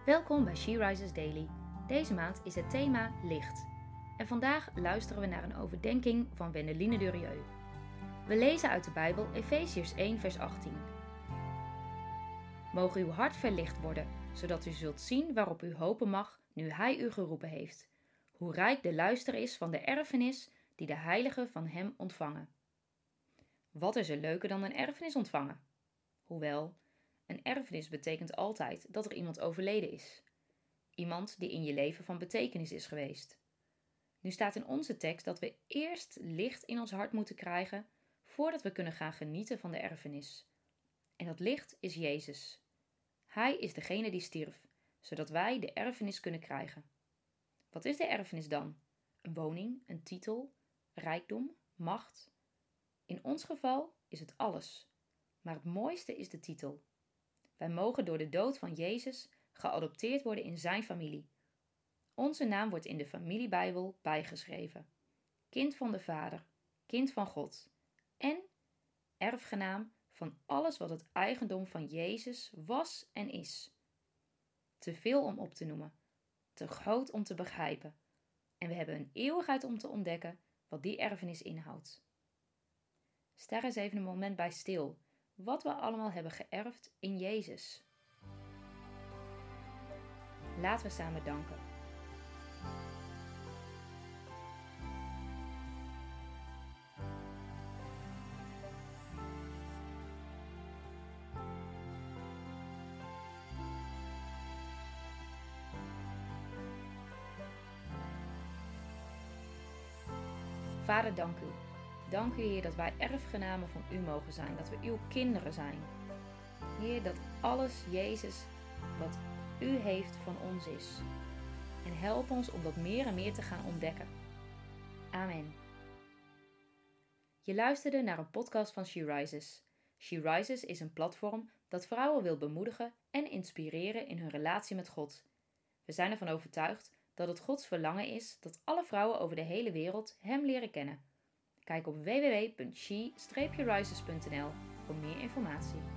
Welkom bij She Rises Daily. Deze maand is het thema licht. En vandaag luisteren we naar een overdenking van Wendeline Durieux. We lezen uit de Bijbel Efeziërs 1 vers 18. Mogen uw hart verlicht worden, zodat u zult zien waarop u hopen mag nu Hij u geroepen heeft. Hoe rijk de luister is van de erfenis die de heiligen van Hem ontvangen. Wat is er leuker dan een erfenis ontvangen? Hoewel, een erfenis betekent altijd dat er iemand overleden is. Iemand die in je leven van betekenis is geweest. Nu staat in onze tekst dat we eerst licht in ons hart moeten krijgen voordat we kunnen gaan genieten van de erfenis. En dat licht is Jezus. Hij is degene die stierf, zodat wij de erfenis kunnen krijgen. Wat is de erfenis dan? Een woning, een titel, rijkdom, macht? In ons geval is het alles. Maar het mooiste is de titel. Wij mogen door de dood van Jezus geadopteerd worden in zijn familie. Onze naam wordt in de familiebijbel bijgeschreven. Kind van de Vader, kind van God en erfgenaam van alles wat het eigendom van Jezus was en is. Te veel om op te noemen, te groot om te begrijpen. En we hebben een eeuwigheid om te ontdekken wat die erfenis inhoudt. Sta er eens even een moment bij stil, wat we allemaal hebben geërfd in Jezus. Laten we samen danken. Vader, dank u. Dank u, Heer, dat wij erfgenamen van u mogen zijn, dat we uw kinderen zijn. Heer, dat alles, Jezus, wat u heeft van ons is. En help ons om dat meer en meer te gaan ontdekken. Amen. Je luisterde naar een podcast van She Rises. She Rises is een platform dat vrouwen wil bemoedigen en inspireren in hun relatie met God. We zijn ervan overtuigd dat het Gods verlangen is dat alle vrouwen over de hele wereld Hem leren kennen. Kijk op www.she-rises.nl voor meer informatie.